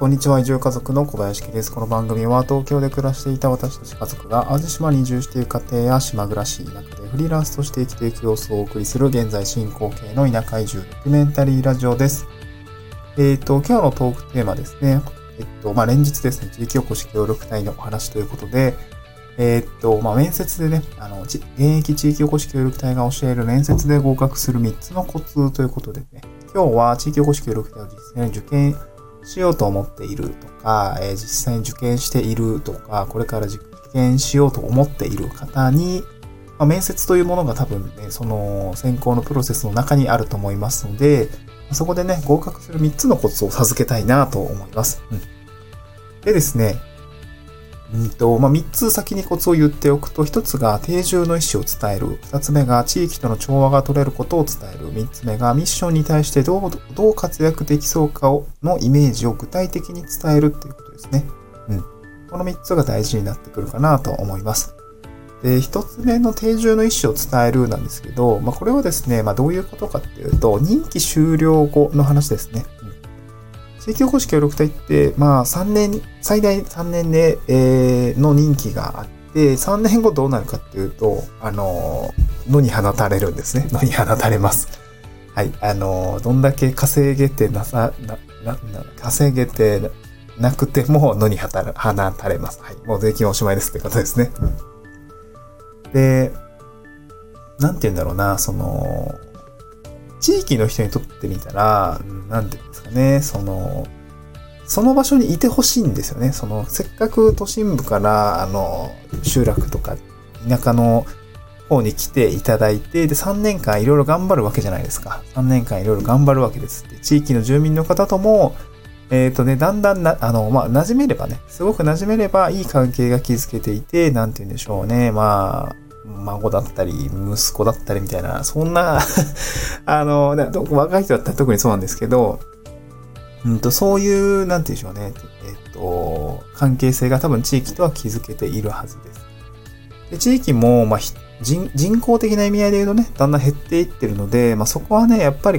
こんにちは。移住家族の小林家です。この番組は東京で暮らしていた私たち家族が淡路島に移住している家庭や島暮らし、中でフリーランスとして生きていく様子をお送りする現在進行形の田舎移住ドキュメンタリーラジオです。今日のトークテーマですね。連日ですね、地域おこし協力隊のお話ということで、面接でね、現役地域おこし協力隊が教える面接で合格する3つのコツということでね、今日は地域おこし協力隊を実際に受験しようと思っているとか、実際に受験しているとか、これから受験しようと思っている方に、面接というものが多分ね、その選考のプロセスの中にあると思いますので、そこでね、合格する3つのコツを授けたいなと思います。でですね、3つ先にコツを言っておくと、1つが定住の意思を伝える。2つ目が地域との調和が取れることを伝える。3つ目がミッションに対してどう活躍できそうかのイメージを具体的に伝えるっていうことですね。この3つが大事になってくるかなと思います。で、1つ目の定住の意思を伝えるなんですけど、これはですね、どういうことかっていうと、任期終了後の話ですね。地域おこし協力隊って、最大3年で、の任期があって、3年後どうなるかっていうと、野に放たれるんですね。野に放たれます。はい。どんだけ稼げてなくても野に放たれます。はい。もう税金おしまいですってことですね。で、なんて言うんだろうな、地域の人にとってみたら、なんて言うんですかね、その場所にいてほしいんですよね。せっかく都心部から、集落とか、田舎の方に来ていただいて、で、3年間いろいろ頑張るわけじゃないですか。3年間いろいろ頑張るわけです。で、地域の住民の方とも、だんだん馴染めればね、すごく馴染めればいい関係が築けていて、なんて言うんでしょうね、孫だったり、息子だったりみたいな、そんな、若い人だったら特にそうなんですけど、そういう、なんて言うんでしょうね、関係性が多分地域とは築けているはずです。で、地域も、人口的な意味合いで言うとね、だんだん減っていってるので、そこはね、やっぱり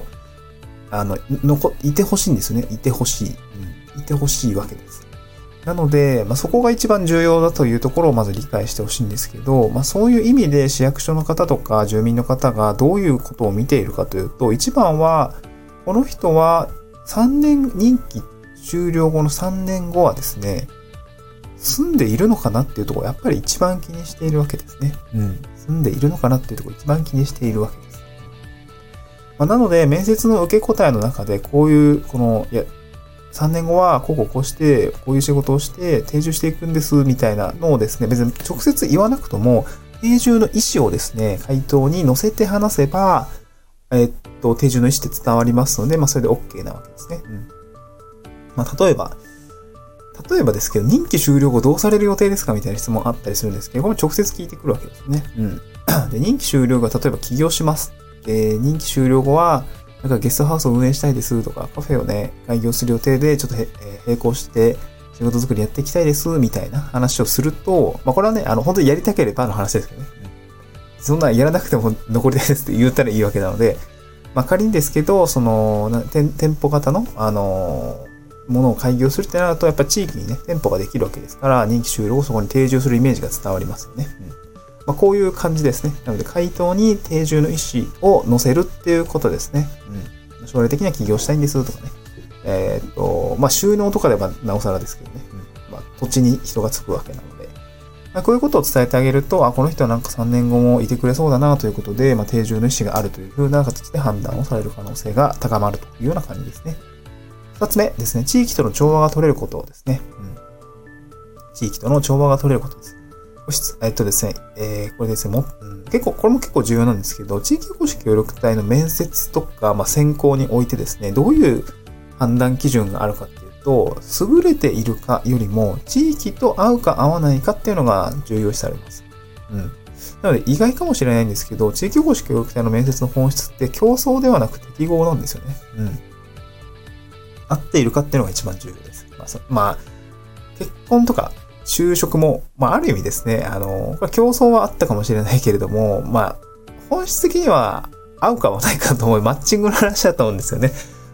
いてほしいんですよね。いてほしい。いてほしいわけです。なので、そこが一番重要だというところをまず理解してほしいんですけど、そういう意味で市役所の方とか住民の方がどういうことを見ているかというと、一番は、この人は任期終了後の3年後はですね、住んでいるのかなっていうところをやっぱり一番気にしているわけですね。住んでいるのかなっていうところを一番気にしているわけです。なので、面接の受け答えの中で、3年後はこうして、こういう仕事をして定住していくんです、みたいなのをですね、別に直接言わなくとも、定住の意思をですね、回答に載せて話せば、定住の意思って伝わりますので、それで OK なわけですね。例えばですけど、任期終了後どうされる予定ですかみたいな質問あったりするんですけど、これ直接聞いてくるわけですね。で、任期終了後は例えば起業します。で、任期終了後は、ゲストハウスを運営したいですとか、カフェをね、開業する予定で、ちょっと並行して仕事作りやっていきたいです、みたいな話をすると、これはね、本当にやりたければの話ですけどね。そんなやらなくても残りたいですって言ったらいいわけなので、仮にですけど、店舗型の、ものを開業するってなると、やっぱ地域にね、店舗ができるわけですから、任期終了後そこに定住するイメージが伝わりますよね。こういう感じですね。なので、回答に定住の意思を載せるっていうことですね。将来的には起業したいんですとかね。収納とかではなおさらですけどね。土地に人がつくわけなので。こういうことを伝えてあげると、この人はなんか3年後もいてくれそうだなということで、定住の意思があるというふうな形で判断をされる可能性が高まるというような感じですね。2つ目ですね。地域との調和が取れることですね。地域との調和が取れることです。ですね、これですね、これも結構重要なんですけど、地域おこし協力隊の面接とか、選考においてですね、どういう判断基準があるかっていうと、優れているかよりも、地域と合うか合わないかっていうのが重要視されます。なので、意外かもしれないんですけど、地域おこし協力隊の面接の本質って競争ではなく適合なんですよね。合っているかっていうのが一番重要です。結婚とか、就職も、ある意味ですね、これ競争はあったかもしれないけれども、本質的には合うか合わないかと思うマッチングの話だと思うんですよね。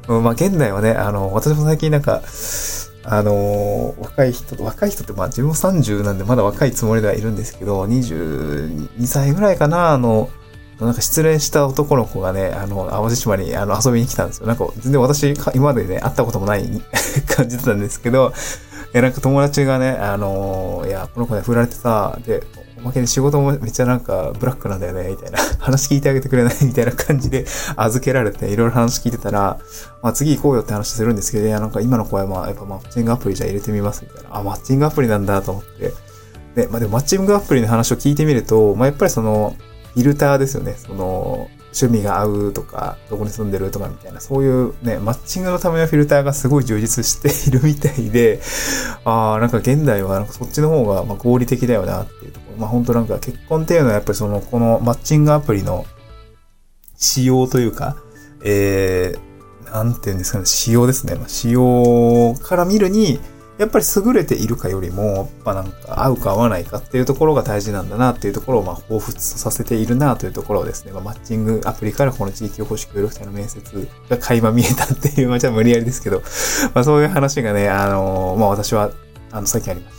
まあ現代はね、私も最近なんか、若い人ってまあ自分も30なんでまだ若いつもりではいるんですけど、22歳ぐらいかな、なんか失恋した男の子がね、淡路島に遊びに来たんですよ。なんか全然私、今までね、会ったこともない感じだったんですけど、なんか友達がね、いや、この子ね、振られてさ、で、おまけに仕事もめっちゃなんかブラックなんだよね、みたいな。話聞いてあげてくれないみたいな感じで預けられて、いろいろ話聞いてたら、まあ次行こうよって話するんですけど、いや、なんか今の子はまあ、やっぱマッチングアプリじゃ入れてみます、みたいな。あ、マッチングアプリなんだと思って。で、まあでもマッチングアプリの話を聞いてみると、まあやっぱりフィルターですよね。趣味が合うとか、どこに住んでるとかみたいな、そういうね、マッチングのためのフィルターがすごい充実しているみたいで、なんか現代はなんかそっちの方がまあ合理的だよなっていうところ。まあ本当なんか結婚っていうのはやっぱりこのマッチングアプリの仕様というか、なんていうんですかね、仕様ですね。まあ、仕様から見るに、やっぱり優れているかよりも、やっぱなんか合うか合わないかっていうところが大事なんだなっていうところをまあ彷彿とさせているなというところをですね、まあ、マッチングアプリからこの地域おこし協力隊の面接が垣間見えたっていう、まあじゃあ無理やりですけど、まあそういう話がね、まあ私は、最近ありました。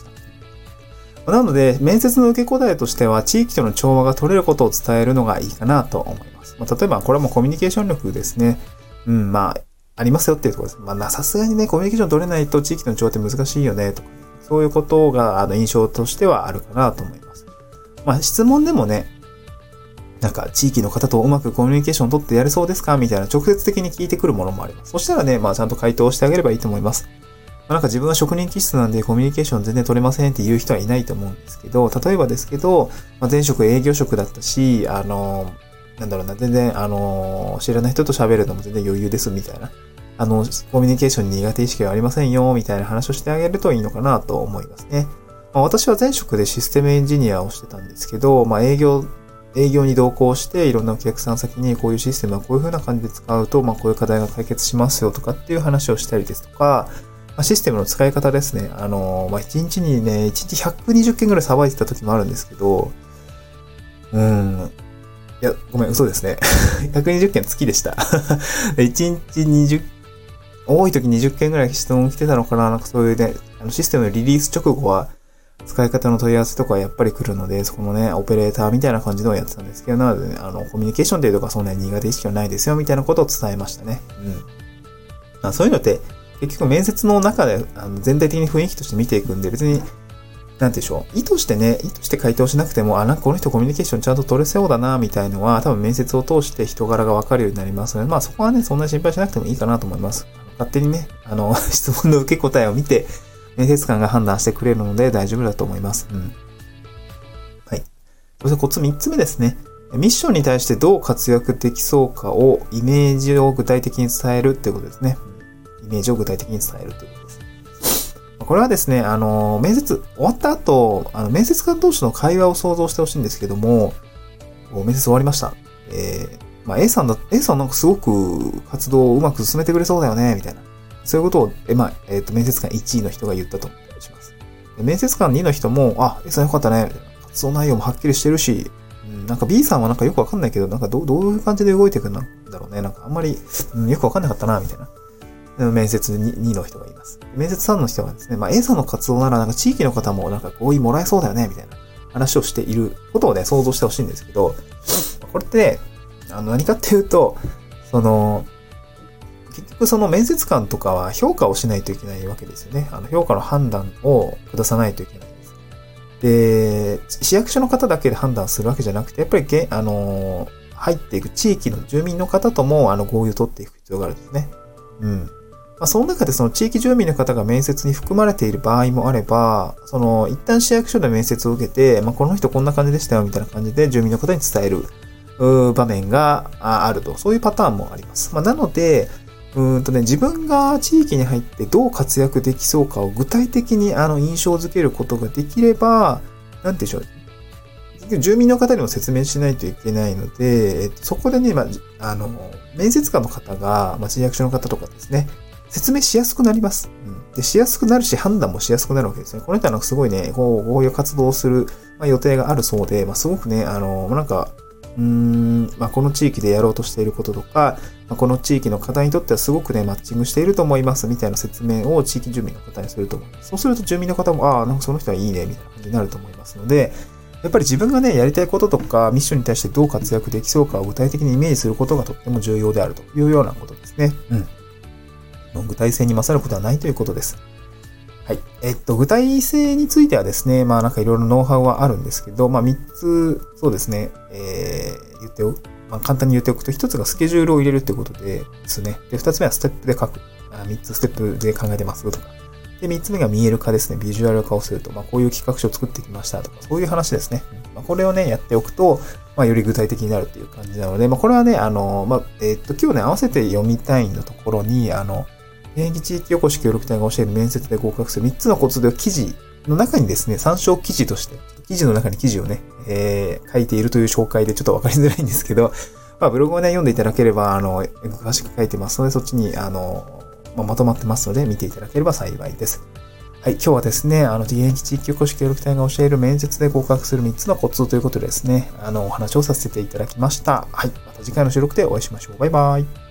なので、面接の受け答えとしては、地域との調和が取れることを伝えるのがいいかなと思います。まあ例えばこれはもうコミュニケーション力ですね。まあ、ありますよっていうところです。まあ、さすがにね、コミュニケーション取れないと地域の調和って難しいよね、とか、そういうことが、印象としてはあるかなと思います。まあ、質問でもね、なんか、地域の方とうまくコミュニケーションを取ってやれそうですかみたいな直接的に聞いてくるものもあります。そしたらね、まあ、ちゃんと回答してあげればいいと思います。まあ、なんか自分は職人気質なんでコミュニケーション全然取れませんって言う人はいないと思うんですけど、例えばですけど、まあ、前職営業職だったし、なんだろうな、全然、知らない人と喋るのも全然余裕ですみたいな。コミュニケーションに苦手意識はありませんよ、みたいな話をしてあげるといいのかなと思いますね。まあ、私は前職でシステムエンジニアをしてたんですけど、まあ、営業に同行して、いろんなお客さん先にこういうシステムはこういう風な感じで使うと、まあ、こういう課題が解決しますよとかっていう話をしたりですとか、まあ、システムの使い方ですね。まあ、1日にね、1日120件ぐらいさばいてた時もあるんですけど、いや、ごめん、嘘ですね。120件月でした。1日20、多い時20件ぐらい質問来てたのかな。なんかそういうね、システムのリリース直後は、使い方の問い合わせとかやっぱり来るので、そこのね、オペレーターみたいな感じのをやってたんですけど、なのでね、コミュニケーションっていうとかそんなに苦手意識はないですよ、みたいなことを伝えましたね。まあ、そういうのって、結局面接の中で、全体的に雰囲気として見ていくんで、別に、なんてでしょう。意図して回答しなくても、なんかこの人コミュニケーションちゃんと取れそうだな、みたいのは、多分面接を通して人柄がわかるようになりますので、まあそこはね、そんなに心配しなくてもいいかなと思います。勝手にね、質問の受け答えを見て、面接官が判断してくれるので大丈夫だと思います。はい。そしてコツ3つ目ですね。ミッションに対してどう活躍できそうかを、イメージを具体的に伝えるっていうことですね。イメージを具体的に伝えるということです。これはですね、面接終わった後、面接官同士の会話を想像してほしいんですけども、面接終わりました。まあ A さんなんかすごく活動をうまく進めてくれそうだよね、みたいな。そういうことを、面接官1位の人が言ったと思ったりします。面接官2位の人も、A さんよかったね、みたいな。活動内容もはっきりしてるし、なんか B さんはなんかよくわかんないけど、なんかどういう感じで動いていくんだろうね。なんかあんまり、よくわかんなかったな、みたいな。面接2の人がいます。面接3の人はですね、まあ A さんの活動ならなんか地域の方もなんか合意もらえそうだよね、みたいな話をしていることをね、想像してほしいんですけど、これって、何かっていうと、結局その面接官とかは評価をしないといけないわけですよね。評価の判断を下さないといけないです。で、市役所の方だけで判断するわけじゃなくて、やっぱり入っていく地域の住民の方とも合意を取っていく必要があるんですね。まあ、その中でその地域住民の方が面接に含まれている場合もあれば、一旦市役所で面接を受けて、まあ、この人こんな感じでしたよみたいな感じで住民の方に伝える場面があると。そういうパターンもあります。まあ、なので、自分が地域に入ってどう活躍できそうかを具体的に印象づけることができれば、なんてでしょう。住民の方にも説明しないといけないので、そこでね、面接官の方が、市役所の方とかですね、説明しやすくなります。で、しやすくなるし、判断もしやすくなるわけですね。この人はすごいね、こういう活動をする、予定があるそうで、すごくね、なんか、 この地域でやろうとしていることとか、この地域の課題にとってはすごくね、マッチングしていると思いますみたいな説明を地域住民の方にすると思います。そうすると住民の方も、なんかその人はいいね、みたいな感じになると思いますので、やっぱり自分がね、やりたいこととか、ミッションに対してどう活躍できそうかを具体的にイメージすることがとっても重要であるというようなことですね。具体性に勝ることはないということです。はい。具体性についてはですね、なんかいろいろノウハウはあるんですけど、3つ、そうですね、簡単に言っておくと、1つがスケジュールを入れるってことですね。で、2つ目はステップで書く。3つステップで考えてますとか。で、3つ目が見える化ですね。ビジュアル化をすると。こういう企画書を作ってきましたとか、そういう話ですね。これをね、やっておくと、より具体的になるっていう感じなので、これはね、今日ね、合わせて読みたいのところに、現役地域おこし協力隊が教える面接で合格する3つのコツで記事の中にですね、参照記事として、記事の中に記事をね、書いているという紹介でちょっとわかりづらいんですけど、ブログをね、読んでいただければ、詳しく書いてますので、そっちに、まとまってますので、見ていただければ幸いです。はい、今日はですね、現役地域おこし協力隊が教える面接で合格する3つのコツということでですね、お話をさせていただきました。はい、また次回の収録でお会いしましょう。バイバイ。